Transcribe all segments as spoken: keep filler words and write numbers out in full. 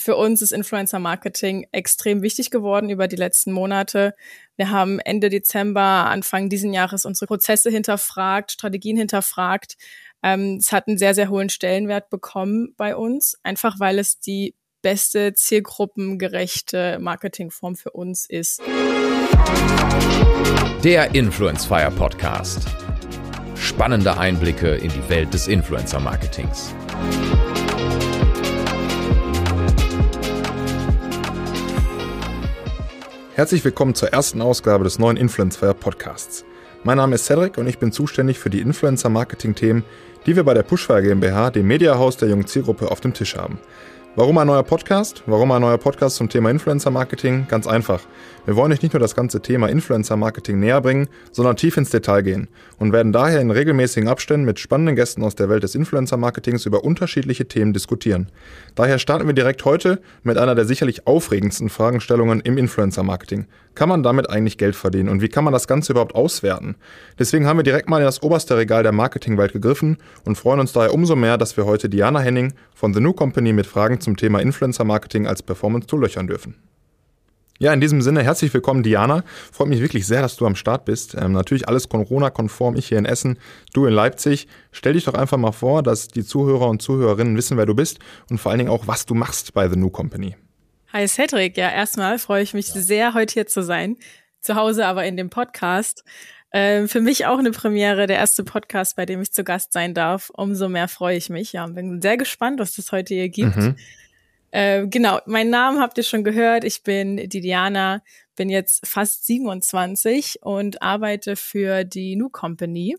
für uns ist Influencer-Marketing extrem wichtig geworden über die letzten Monate. Wir haben Ende Dezember, Anfang diesen Jahres unsere Prozesse hinterfragt, Strategien hinterfragt. Ähm, es hat einen sehr, sehr hohen Stellenwert bekommen bei uns, einfach weil es die beste zielgruppengerechte Marketingform für uns ist. Der Influence-Fire Podcast. Spannende Einblicke in die Welt des Influencer-Marketings. Herzlich willkommen zur ersten Ausgabe des neuen Influence-Fire Podcasts. Mein Name ist Cedric und ich bin zuständig für die Influencer-Marketing-Themen, die wir bei der Pushfire GmbH, dem Mediahaus der jungen Zielgruppe, auf dem Tisch haben. Warum ein neuer Podcast? Warum ein neuer Podcast zum Thema Influencer-Marketing? Ganz einfach. Wir wollen euch nicht nur das ganze Thema Influencer-Marketing näher bringen, sondern tief ins Detail gehen und werden daher in regelmäßigen Abständen mit spannenden Gästen aus der Welt des Influencer-Marketings über unterschiedliche Themen diskutieren. Daher starten wir direkt heute mit einer der sicherlich aufregendsten Fragestellungen im Influencer-Marketing. Kann man damit eigentlich Geld verdienen und wie kann man das Ganze überhaupt auswerten? Deswegen haben wir direkt mal in das oberste Regal der Marketingwelt gegriffen und freuen uns daher umso mehr, dass wir heute Diana Henning von The New Company mit Fragen zum Thema Influencer-Marketing als Performance-Tool löchern dürfen. Ja, in diesem Sinne, herzlich willkommen, Diana. Freut mich wirklich sehr, dass du am Start bist. Ähm, natürlich alles Corona-konform, ich hier in Essen, du in Leipzig. Stell dich doch einfach mal vor, dass die Zuhörer und Zuhörerinnen wissen, wer du bist und vor allen Dingen auch, was du machst bei The New Company. Hi Cedric, ja, erstmal freue ich mich ja. sehr, heute hier zu sein. Zu Hause, aber in dem Podcast. Ähm, für mich auch eine Premiere, der erste Podcast, bei dem ich zu Gast sein darf. Umso mehr freue ich mich. Ja, bin sehr gespannt, was es heute hier gibt. Mhm. Äh, genau, meinen Namen habt ihr schon gehört. Ich bin die Diana, bin jetzt fast siebenundzwanzig und arbeite für die New Company.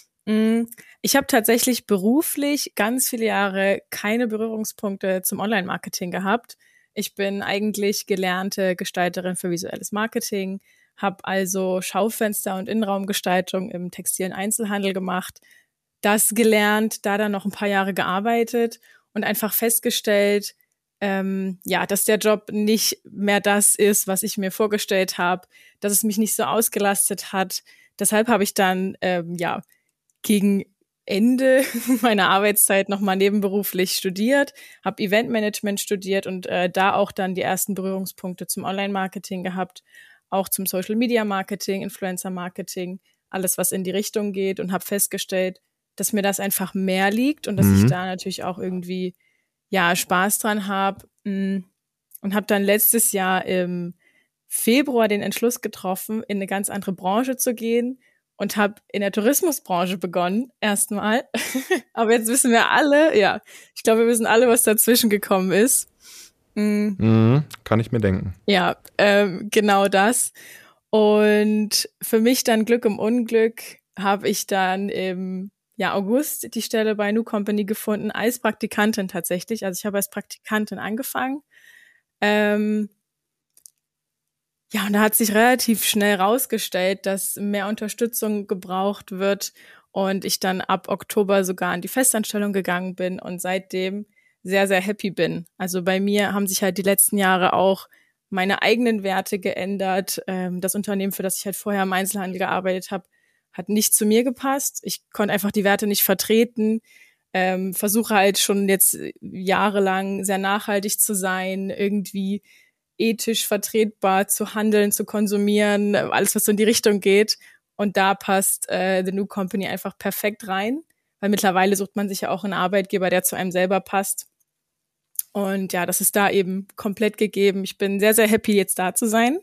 Ich habe tatsächlich beruflich ganz viele Jahre keine Berührungspunkte zum Online-Marketing gehabt. Ich bin eigentlich gelernte Gestalterin für visuelles Marketing, habe also Schaufenster- und Innenraumgestaltung im textilen Einzelhandel gemacht, das gelernt, da dann noch ein paar Jahre gearbeitet und einfach festgestellt, ähm, ja, dass der Job nicht mehr das ist, was ich mir vorgestellt habe, dass es mich nicht so ausgelastet hat. Deshalb habe ich dann ähm, ja gegen Ende meiner Arbeitszeit nochmal nebenberuflich studiert, habe Eventmanagement studiert und äh, da auch dann die ersten Berührungspunkte zum Online-Marketing gehabt, auch zum Social-Media-Marketing, Influencer-Marketing, alles, was in die Richtung geht und habe festgestellt, dass mir das einfach mehr liegt und dass mhm. ich da natürlich auch irgendwie ja Spaß dran habe und habe dann letztes Jahr im Februar den Entschluss getroffen, in eine ganz andere Branche zu gehen und habe in der Tourismusbranche begonnen, erstmal. Aber jetzt wissen wir alle, ja, ich glaube, wir wissen alle, was dazwischen gekommen ist. Mhm. Mhm, kann ich mir denken. Ja, ähm, genau das. Und für mich dann Glück im Unglück habe ich dann im ja, August die Stelle bei New Company gefunden, als Praktikantin tatsächlich. Also ich habe als Praktikantin angefangen. Ähm, ja, und da hat sich relativ schnell rausgestellt, dass mehr Unterstützung gebraucht wird und ich dann ab Oktober sogar in die Festanstellung gegangen bin und seitdem sehr, sehr happy bin. Also bei mir haben sich halt die letzten Jahre auch meine eigenen Werte geändert. Ähm, das Unternehmen, für das ich halt vorher im Einzelhandel gearbeitet habe, hat nicht zu mir gepasst. Ich konnte einfach die Werte nicht vertreten. Ähm, versuche halt schon jetzt jahrelang sehr nachhaltig zu sein, irgendwie ethisch vertretbar zu handeln, zu konsumieren, alles, was so in die Richtung geht. Und da passt äh, The New Company einfach perfekt rein, weil mittlerweile sucht man sich ja auch einen Arbeitgeber, der zu einem selber passt. Und ja, das ist da eben komplett gegeben. Ich bin sehr, sehr happy, jetzt da zu sein.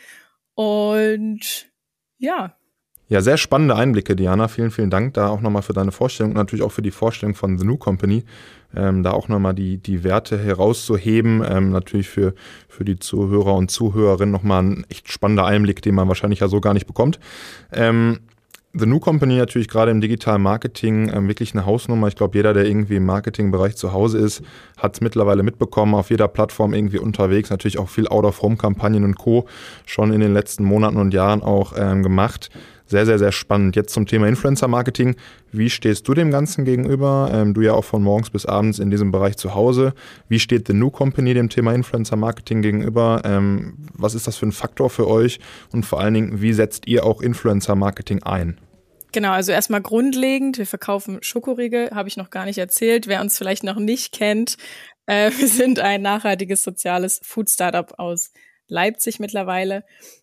Und ja, Ja, sehr spannende Einblicke, Diana. Vielen, vielen Dank da auch nochmal für deine Vorstellung und natürlich auch für die Vorstellung von The New Company. Ähm, da auch nochmal die, die Werte herauszuheben. Ähm, natürlich für, für die Zuhörer und Zuhörerinnen nochmal ein echt spannender Einblick, den man wahrscheinlich ja so gar nicht bekommt. Ähm, The New Company natürlich gerade im digitalen Marketing ähm, wirklich eine Hausnummer. Ich glaube, jeder, der irgendwie im Marketingbereich zu Hause ist, hat es mittlerweile mitbekommen, auf jeder Plattform irgendwie unterwegs. Natürlich auch viel Out-of-Home-Kampagnen und Co. schon in den letzten Monaten und Jahren auch ähm, gemacht. Sehr, sehr, sehr spannend. Jetzt zum Thema Influencer-Marketing. Wie stehst du dem Ganzen gegenüber? Ähm, du ja auch von morgens bis abends in diesem Bereich zu Hause. Wie steht The New Company dem Thema Influencer-Marketing gegenüber? Ähm, was ist das für ein Faktor für euch? Und vor allen Dingen, wie setzt ihr auch Influencer-Marketing ein? Genau, also erstmal grundlegend, wir verkaufen Schokoriegel, habe ich noch gar nicht erzählt. Wer uns vielleicht noch nicht kennt, Äh, wir sind ein nachhaltiges soziales Food-Startup aus Leipzig mittlerweile.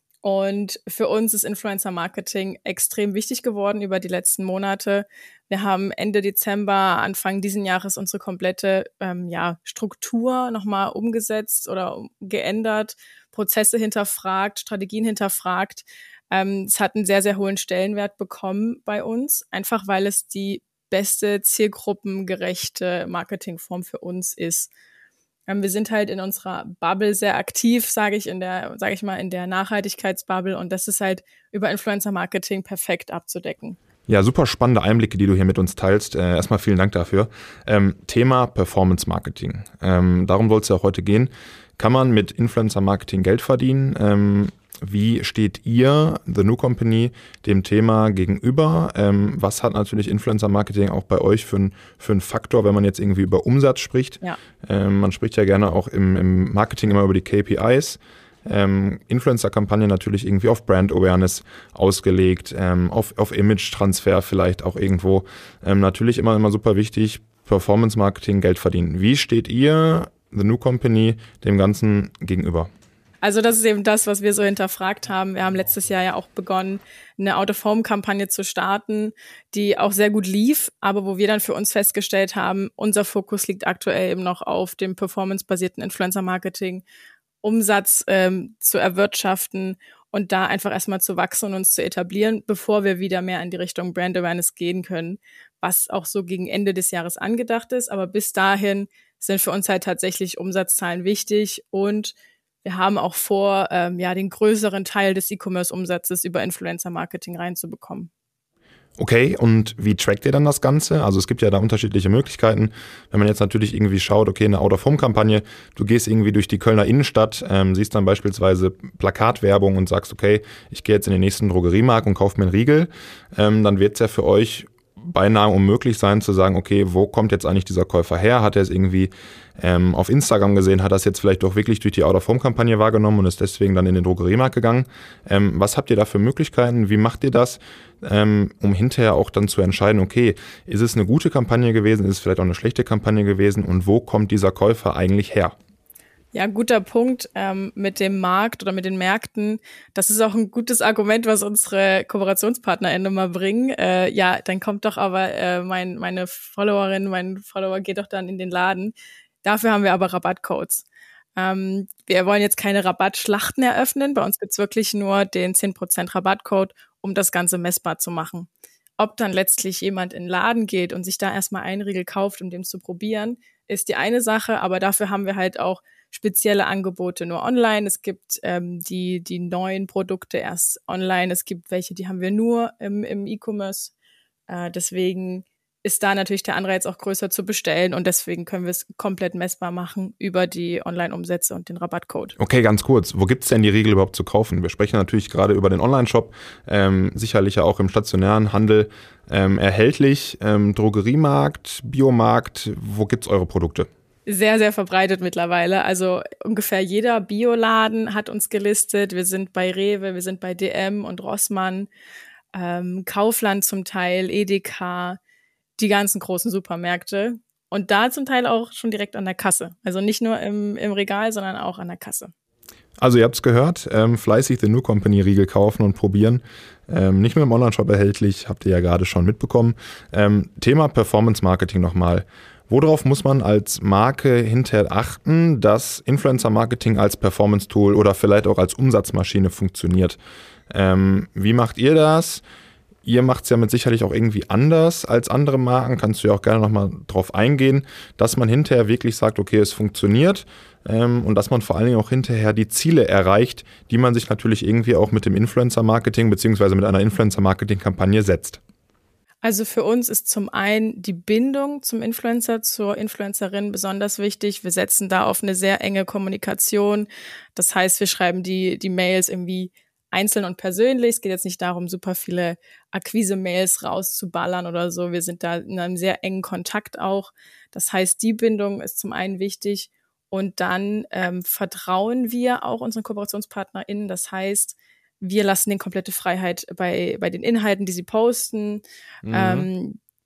Und für uns ist Influencer-Marketing extrem wichtig geworden über die letzten Monate. Wir haben Ende Dezember, Anfang diesen Jahres unsere komplette ähm, ja, Struktur nochmal umgesetzt oder geändert, Prozesse hinterfragt, Strategien hinterfragt. Ähm, es hat einen sehr, sehr hohen Stellenwert bekommen bei uns, einfach weil es die beste zielgruppengerechte Marketingform für uns ist. Wir sind halt in unserer Bubble sehr aktiv, sage ich in der, sage ich mal, in der Nachhaltigkeitsbubble, und das ist halt über Influencer-Marketing perfekt abzudecken. Ja, super spannende Einblicke, die du hier mit uns teilst. Äh, erstmal vielen Dank dafür. Ähm, Thema Performance-Marketing. Ähm, darum soll es ja auch heute gehen. Kann man mit Influencer-Marketing Geld verdienen? Ähm, Wie steht ihr, The New Company, dem Thema gegenüber? Ähm, was hat natürlich Influencer-Marketing auch bei euch für einen für einen Faktor, wenn man jetzt irgendwie über Umsatz spricht? Ja. Ähm, man spricht ja gerne auch im, im Marketing immer über die K P Is. Ähm, Influencer-Kampagne natürlich irgendwie auf Brand-Awareness ausgelegt, ähm, auf, auf Image-Transfer vielleicht auch irgendwo. Ähm, natürlich immer, immer super wichtig, Performance-Marketing, Geld verdienen. Wie steht ihr, The New Company, dem Ganzen gegenüber? Also das ist eben das, was wir so hinterfragt haben. Wir haben letztes Jahr ja auch begonnen, eine Out-of-Home-Kampagne zu starten, die auch sehr gut lief, aber wo wir dann für uns festgestellt haben, unser Fokus liegt aktuell eben noch auf dem performance-basierten Influencer-Marketing, Umsatz ähm, zu erwirtschaften und da einfach erstmal zu wachsen und uns zu etablieren, bevor wir wieder mehr in die Richtung Brand Awareness gehen können, was auch so gegen Ende des Jahres angedacht ist. Aber bis dahin sind für uns halt tatsächlich Umsatzzahlen wichtig, und wir haben auch vor, ähm, ja, den größeren Teil des E-Commerce-Umsatzes über Influencer-Marketing reinzubekommen. Okay, und wie trackt ihr dann das Ganze? Also es gibt ja da unterschiedliche Möglichkeiten. Wenn man jetzt natürlich irgendwie schaut, okay, eine Out-of-Home-Kampagne, du gehst irgendwie durch die Kölner Innenstadt, ähm, siehst dann beispielsweise Plakatwerbung und sagst, okay, ich gehe jetzt in den nächsten Drogeriemarkt und kaufe mir einen Riegel, ähm, dann wird es ja für euch beinahe unmöglich sein zu sagen, okay, wo kommt jetzt eigentlich dieser Käufer her? Hat er es irgendwie ähm, auf Instagram gesehen? Hat er es jetzt vielleicht doch wirklich durch die Out-of-Home-Kampagne wahrgenommen und ist deswegen dann in den Drogeriemarkt gegangen? Ähm, was habt ihr da für Möglichkeiten? Wie macht ihr das, ähm, um hinterher auch dann zu entscheiden, okay, ist es eine gute Kampagne gewesen? Ist es vielleicht auch eine schlechte Kampagne gewesen? Und wo kommt dieser Käufer eigentlich her? Ja, guter Punkt ähm, mit dem Markt oder mit den Märkten. Das ist auch ein gutes Argument, was unsere KooperationspartnerInnen immer bringen. Äh, ja, dann kommt doch aber äh, mein, meine Followerin, mein Follower geht doch dann in den Laden. Dafür haben wir aber Rabattcodes. Ähm, wir wollen jetzt keine Rabattschlachten eröffnen. Bei uns gibt's wirklich nur den zehn Prozent Rabattcode, um das Ganze messbar zu machen. Ob dann letztlich jemand in den Laden geht und sich da erstmal einen Riegel kauft, um den zu probieren, ist die eine Sache. Aber dafür haben wir halt auch spezielle Angebote nur online. Es gibt ähm, die die neuen Produkte erst online. Es gibt welche, die haben wir nur im, im E-Commerce. Äh, deswegen ist da natürlich der Anreiz auch größer zu bestellen, und deswegen können wir es komplett messbar machen über die Online-Umsätze und den Rabattcode. Okay, ganz kurz. Wo gibt es denn die Riegel überhaupt zu kaufen? Wir sprechen natürlich gerade über den Online-Shop, ähm, sicherlich ja auch im stationären Handel ähm, erhältlich. Ähm, Drogeriemarkt, Biomarkt, wo gibt's eure Produkte? Sehr, sehr verbreitet mittlerweile. Also ungefähr jeder Bioladen hat uns gelistet. Wir sind bei Rewe, wir sind bei D M und Rossmann, ähm, Kaufland zum Teil, Edeka, die ganzen großen Supermärkte. Und da zum Teil auch schon direkt an der Kasse. Also nicht nur im, im Regal, sondern auch an der Kasse. Also ihr habt es gehört, ähm, fleißig The New Company Riegel kaufen und probieren. Ähm, nicht nur im Online-Shop erhältlich, habt ihr ja gerade schon mitbekommen. Ähm, Thema Performance-Marketing nochmal. Worauf muss man als Marke hinterher achten, dass Influencer-Marketing als Performance-Tool oder vielleicht auch als Umsatzmaschine funktioniert? Ähm, wie macht ihr das? Ihr macht es ja mit sicherlich auch irgendwie anders als andere Marken. Kannst du ja auch gerne nochmal drauf eingehen, dass man hinterher wirklich sagt, okay, es funktioniert, ähm, und dass man vor allen Dingen auch hinterher die Ziele erreicht, die man sich natürlich irgendwie auch mit dem Influencer-Marketing beziehungsweise mit einer Influencer-Marketing-Kampagne setzt. Also für uns ist zum einen die Bindung zum Influencer, zur Influencerin besonders wichtig. Wir setzen da auf eine sehr enge Kommunikation. Das heißt, wir schreiben die, die Mails irgendwie einzeln und persönlich. Es geht jetzt nicht darum, super viele Akquise-Mails rauszuballern oder so. Wir sind da in einem sehr engen Kontakt auch. Das heißt, die Bindung ist zum einen wichtig. Und dann ähm, vertrauen wir auch unseren KooperationspartnerInnen. Das heißt, wir lassen denen komplette Freiheit bei bei den Inhalten, die sie posten. Mhm. Ähm,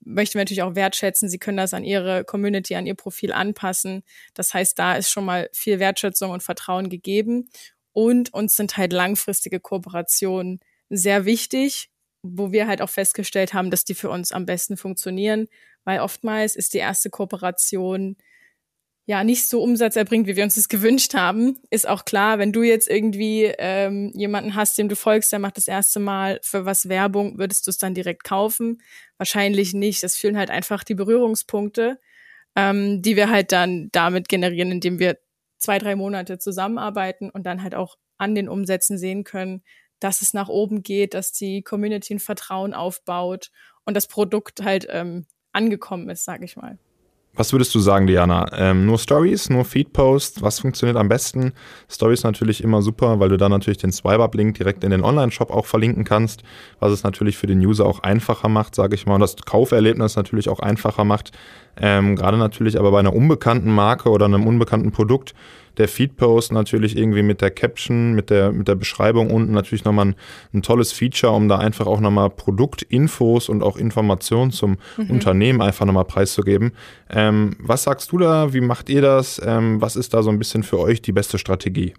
möchten wir natürlich auch wertschätzen. Sie können das an ihre Community, an ihr Profil anpassen. Das heißt, da ist schon mal viel Wertschätzung und Vertrauen gegeben. Und uns sind halt langfristige Kooperationen sehr wichtig, wo wir halt auch festgestellt haben, dass die für uns am besten funktionieren, weil oftmals ist die erste Kooperation ja nicht so umsatzerbringend, wie wir uns das gewünscht haben. Ist auch klar, wenn du jetzt irgendwie ähm, jemanden hast, dem du folgst, der macht das erste Mal für was Werbung, würdest du es dann direkt kaufen? Wahrscheinlich nicht. Das fühlen halt einfach die Berührungspunkte, ähm, die wir halt dann damit generieren, indem wir zwei, drei Monate zusammenarbeiten und dann halt auch an den Umsätzen sehen können, dass es nach oben geht, dass die Community ein Vertrauen aufbaut und das Produkt halt ähm, angekommen ist, sag ich mal. Was würdest du sagen, Diana? Ähm, nur Stories, nur Feedpost? Was funktioniert am besten? Stories natürlich immer super, weil du da natürlich den Swipe-Up-Link direkt in den Online-Shop auch verlinken kannst, was es natürlich für den User auch einfacher macht, sage ich mal, und das Kauferlebnis natürlich auch einfacher macht. Ähm, gerade natürlich aber bei einer unbekannten Marke oder einem unbekannten Produkt, der Feedpost natürlich irgendwie mit der Caption, mit der, mit der Beschreibung unten natürlich nochmal ein, ein tolles Feature, um da einfach auch nochmal Produktinfos und auch Informationen zum mhm. Unternehmen einfach nochmal preiszugeben. Ähm, was sagst du da? Wie macht ihr das? Ähm, was ist da so ein bisschen für euch die beste Strategie?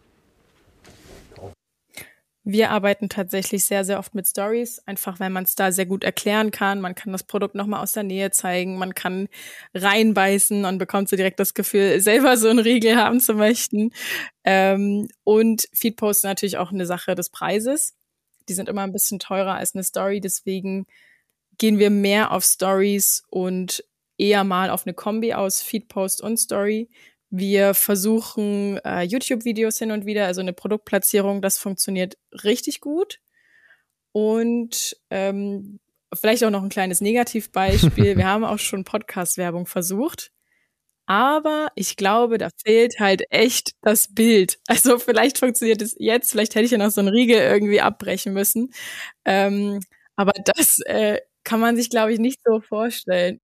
Wir arbeiten tatsächlich sehr, sehr oft mit Stories, einfach weil man es da sehr gut erklären kann. Man kann das Produkt nochmal aus der Nähe zeigen, man kann reinbeißen und bekommt so direkt das Gefühl, selber so einen Riegel haben zu möchten. Ähm, und Feedpost ist natürlich auch eine Sache des Preises. Die sind immer ein bisschen teurer als eine Story, deswegen gehen wir mehr auf Stories und eher mal auf eine Kombi aus Feedpost und Story. Wir versuchen äh, YouTube-Videos hin und wieder, also eine Produktplatzierung, das funktioniert richtig gut. Und ähm, vielleicht auch noch ein kleines Negativbeispiel. Wir haben auch schon Podcast-Werbung versucht. Aber ich glaube, da fehlt halt echt das Bild. Also vielleicht funktioniert es jetzt, vielleicht hätte ich ja noch so einen Riegel irgendwie abbrechen müssen. Ähm, aber das äh, kann man sich, glaube ich, nicht so vorstellen.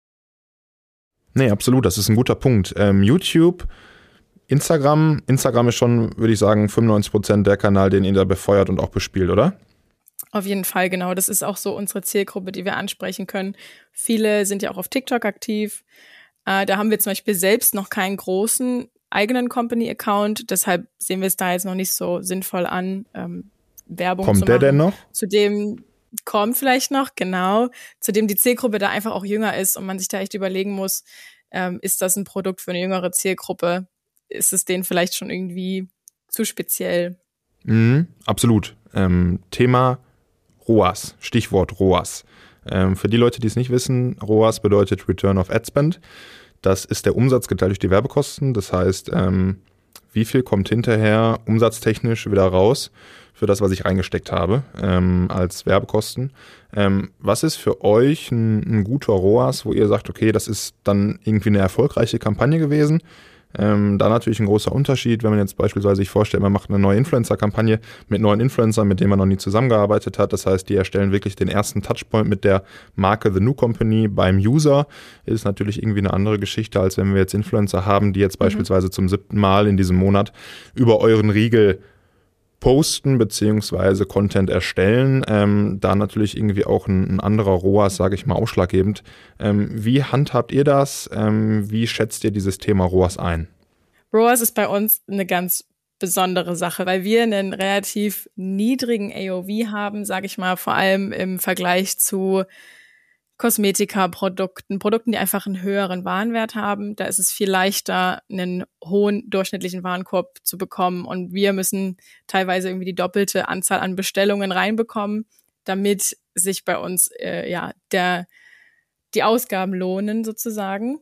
Nee, absolut, das ist ein guter Punkt. Ähm, YouTube, Instagram, Instagram ist schon, würde ich sagen, fünfundneunzig Prozent der Kanal, den ihr da befeuert und auch bespielt, oder? Auf jeden Fall, genau. Das ist auch so unsere Zielgruppe, die wir ansprechen können. Viele sind ja auch auf TikTok aktiv. Äh, da haben wir zum Beispiel selbst noch keinen großen eigenen Company-Account. Deshalb sehen wir es da jetzt noch nicht so sinnvoll an, ähm, Werbung Kommt zu machen. Kommt der denn noch? Zudem kommt vielleicht noch, genau. Zudem die Zielgruppe da einfach auch jünger ist und man sich da echt überlegen muss, ähm, ist das ein Produkt für eine jüngere Zielgruppe? Ist es denen vielleicht schon irgendwie zu speziell? Mhm, absolut. Ähm, Thema R O A S, Stichwort R O A S. Ähm, für die Leute, die es nicht wissen, R O A S bedeutet Return of Ad Spend. Das ist der Umsatz geteilt durch die Werbekosten. Das heißt, ähm, wie viel kommt hinterher umsatztechnisch wieder raus für das, was ich reingesteckt habe ähm, als Werbekosten. Ähm, was ist für euch ein, ein guter R O A S, wo ihr sagt, okay, das ist dann irgendwie eine erfolgreiche Kampagne gewesen? Ähm, da natürlich ein großer Unterschied, wenn man jetzt beispielsweise sich vorstellt, man macht eine neue Influencer-Kampagne mit neuen Influencern, mit denen man noch nie zusammengearbeitet hat. Das heißt, die erstellen wirklich den ersten Touchpoint mit der Marke The New Company beim User. Ist natürlich irgendwie eine andere Geschichte, als wenn wir jetzt Influencer haben, die jetzt mhm. beispielsweise zum siebten Mal in diesem Monat über euren Riegel posten beziehungsweise Content erstellen, ähm, da natürlich irgendwie auch ein, ein anderer R O A S, sage ich mal, ausschlaggebend. Ähm, wie handhabt ihr das? Ähm, wie schätzt ihr dieses Thema R O A S ein? R O A S ist bei uns eine ganz besondere Sache, weil wir einen relativ niedrigen A O V haben, sage ich mal, vor allem im Vergleich zu Kosmetika-Produkten, Produkten, die einfach einen höheren Warenwert haben. Da ist es viel leichter, einen hohen durchschnittlichen Warenkorb zu bekommen. Und wir müssen teilweise irgendwie die doppelte Anzahl an Bestellungen reinbekommen, damit sich bei uns äh, ja der die Ausgaben lohnen sozusagen.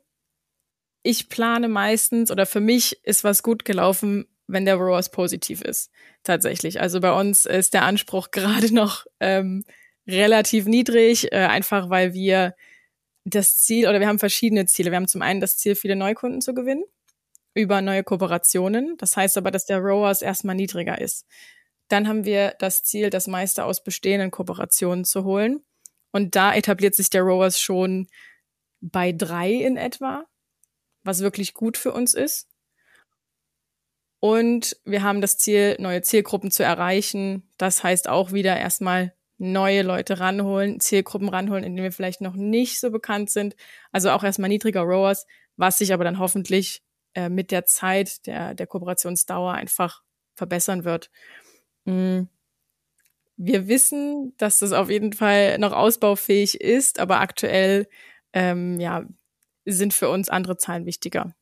Ich plane meistens, oder für mich ist was gut gelaufen, wenn der R O A S positiv ist, tatsächlich. Also bei uns ist der Anspruch gerade noch ähm, relativ niedrig, äh, einfach weil wir das Ziel, oder wir haben verschiedene Ziele. Wir haben zum einen das Ziel, viele Neukunden zu gewinnen über neue Kooperationen. Das heißt aber, dass der R O A S erstmal niedriger ist. Dann haben wir das Ziel, das meiste aus bestehenden Kooperationen zu holen. Und da etabliert sich der R O A S schon bei drei in etwa, was wirklich gut für uns ist. Und wir haben das Ziel, neue Zielgruppen zu erreichen. Das heißt auch wieder erstmal neue Leute ranholen, Zielgruppen ranholen, in denen wir vielleicht noch nicht so bekannt sind. Also auch erstmal niedriger R O A S, was sich aber dann hoffentlich äh, mit der Zeit, der, der Kooperationsdauer einfach verbessern wird. Mhm. Wir wissen, dass das auf jeden Fall noch ausbaufähig ist, aber aktuell ähm, ja, sind für uns andere Zahlen wichtiger.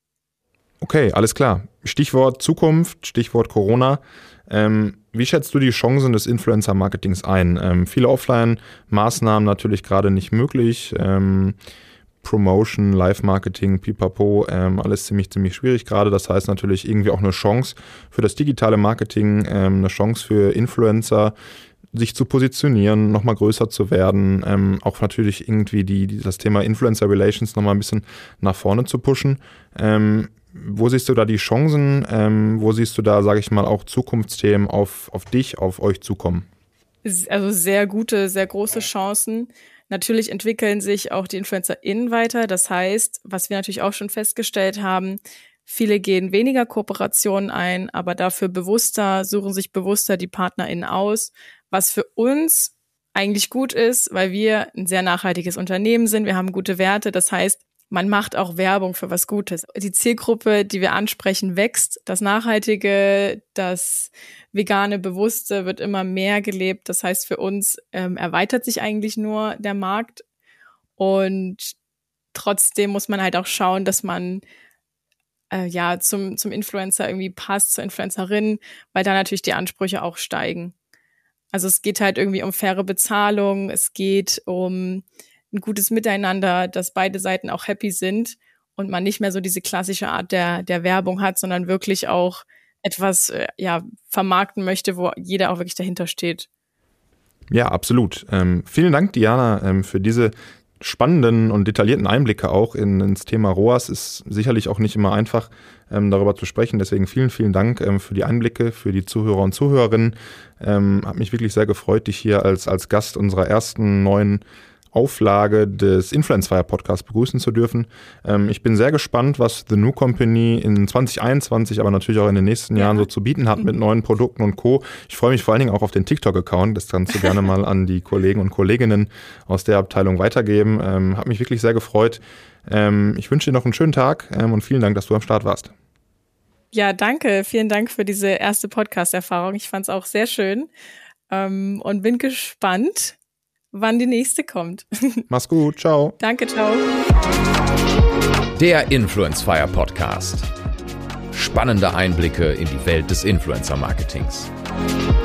Okay, alles klar. Stichwort Zukunft, Stichwort Corona. Ähm, wie schätzt du die Chancen des Influencer-Marketings ein? Ähm, viele Offline-Maßnahmen natürlich gerade nicht möglich. Ähm, Promotion, Live-Marketing, Pipapo, ähm, alles ziemlich, ziemlich schwierig gerade. Das heißt natürlich irgendwie auch eine Chance für das digitale Marketing, ähm, eine Chance für Influencer, sich zu positionieren, nochmal größer zu werden, ähm, auch natürlich irgendwie die, die, das Thema Influencer Relations nochmal ein bisschen nach vorne zu pushen. Ähm, wo siehst du da die Chancen? Ähm, wo siehst du da, sage ich mal, auch Zukunftsthemen auf, auf dich, auf euch zukommen? Also sehr gute, sehr große Chancen. Natürlich entwickeln sich auch die InfluencerInnen weiter. Das heißt, was wir natürlich auch schon festgestellt haben, viele gehen weniger Kooperationen ein, aber dafür bewusster, suchen sich bewusster die PartnerInnen aus, was für uns eigentlich gut ist, weil wir ein sehr nachhaltiges Unternehmen sind. Wir haben gute Werte. Das heißt, man macht auch Werbung für was Gutes. Die Zielgruppe, die wir ansprechen, wächst. Das Nachhaltige, das vegane, Bewusste wird immer mehr gelebt. Das heißt, für uns ähm, erweitert sich eigentlich nur der Markt. Und trotzdem muss man halt auch schauen, dass man äh, ja zum, zum Influencer irgendwie passt, zur Influencerin, weil da natürlich die Ansprüche auch steigen. Also es geht halt irgendwie um faire Bezahlung, es geht um ein gutes Miteinander, dass beide Seiten auch happy sind und man nicht mehr so diese klassische Art der der Werbung hat, sondern wirklich auch etwas äh, ja vermarkten möchte, wo jeder auch wirklich dahinter steht. Ja, absolut. Ähm, vielen Dank, Diana, ähm, für diese spannenden und detaillierten Einblicke auch in, ins Thema R O A S. Ist sicherlich auch nicht immer einfach, ähm, darüber zu sprechen. Deswegen vielen, vielen Dank ähm, für die Einblicke, für die Zuhörer und Zuhörerinnen. Ähm, hat mich wirklich sehr gefreut, dich hier als, als Gast unserer ersten neuen Auflage des Influence-Fire Podcasts begrüßen zu dürfen. Ähm, ich bin sehr gespannt, was The New Company in zwanzig einundzwanzig, aber natürlich auch in den nächsten Jahren ja. so zu bieten hat mit neuen Produkten und Co. Ich freue mich vor allen Dingen auch auf den TikTok-Account. Das kannst du gerne mal an die Kollegen und Kolleginnen aus der Abteilung weitergeben. Ähm, hat mich wirklich sehr gefreut. Ähm, ich wünsche dir noch einen schönen Tag ähm, und vielen Dank, dass du am Start warst. Ja, danke. Vielen Dank für diese erste Podcast-Erfahrung. Ich fand es auch sehr schön ähm, und bin gespannt, wann die nächste kommt. Mach's gut, ciao. Danke, ciao. Der Influence-Fire Podcast. Spannende Einblicke in die Welt des Influencer-Marketings.